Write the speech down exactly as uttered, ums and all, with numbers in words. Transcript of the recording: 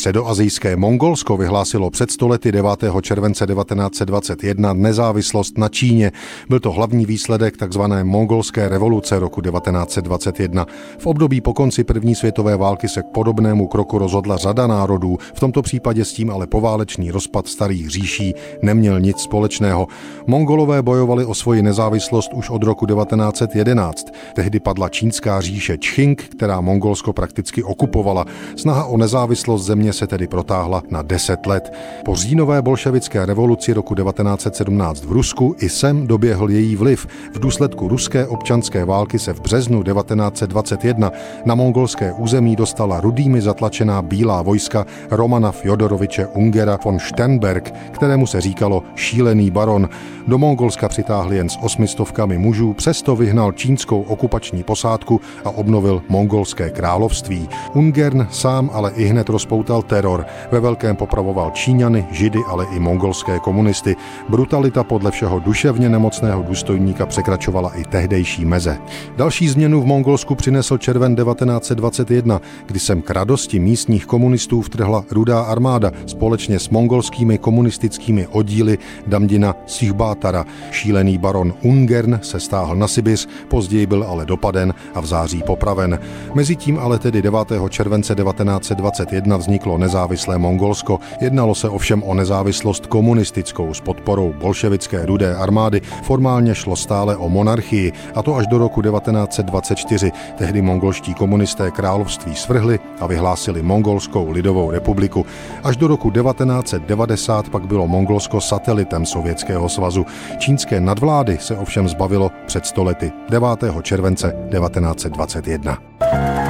Středoasijské Mongolsko vyhlásilo před sto lety devátého července devatenáct set dvacet jedna nezávislost na Číně. Byl to hlavní výsledek tzv. Mongolské revoluce roku devatenáct set dvacet jedna. V období po konci první světové války se k podobnému kroku rozhodla řada národů, v tomto případě s tím ale poválečný rozpad starých říší neměl nic společného. Mongolové bojovali o svoji nezávislost už od roku devatenáct set jedenáct. Tehdy padla čínská říše Čching, která Mongolsko prakticky okupovala. Snaha o nezávislost země se tedy protáhla na deset let. Po říjnové bolševické revoluci roku devatenáct set sedmnáct v Rusku i sem doběhl její vliv. V důsledku ruské občanské války se v březnu devatenáct set dvacet jedna na mongolské území dostala rudými zatlačená bílá vojska Romana Fjodoroviče Ungera von Sternberg, kterému se říkalo šílený baron. Do Mongolska přitáhli jen s osmistovkami mužů, přesto vyhnal čínskou okupační posádku a obnovil mongolské království. Ungern sám ale ihned rozpoutal teror. Ve velkém popravoval Číňany, Židy, ale i mongolské komunisty. Brutalita podle všeho duševně nemocného důstojníka překračovala i tehdejší meze. Další změnu v Mongolsku přinesl červen devatenáct set dvacet jedna, kdy sem k radosti místních komunistů vtrhla Rudá armáda společně s mongolskými komunistickými oddíly Damdina Sihbátara. Šílený baron Ungern se stáhl na Sibiř, později byl ale dopaden a v září popraven. Mezitím ale tedy devátého července devatenáct set dvacet jedna vzniklo nezávislé Mongolsko. Jednalo se ovšem o nezávislost komunistickou s podporou bolševické Rudé armády. Formálně šlo stále o monarchii, a to až do roku devatenáct set dvacet čtyři. Tehdy mongolští komunisté království svrhli a vyhlásili Mongolskou lidovou republiku. Až do roku devatenáct set devadesát pak bylo Mongolsko satelitem Sovětského svazu. Čínské nadvlády se ovšem zbavilo před sto lety, devátého července devatenáct set dvacet jedna.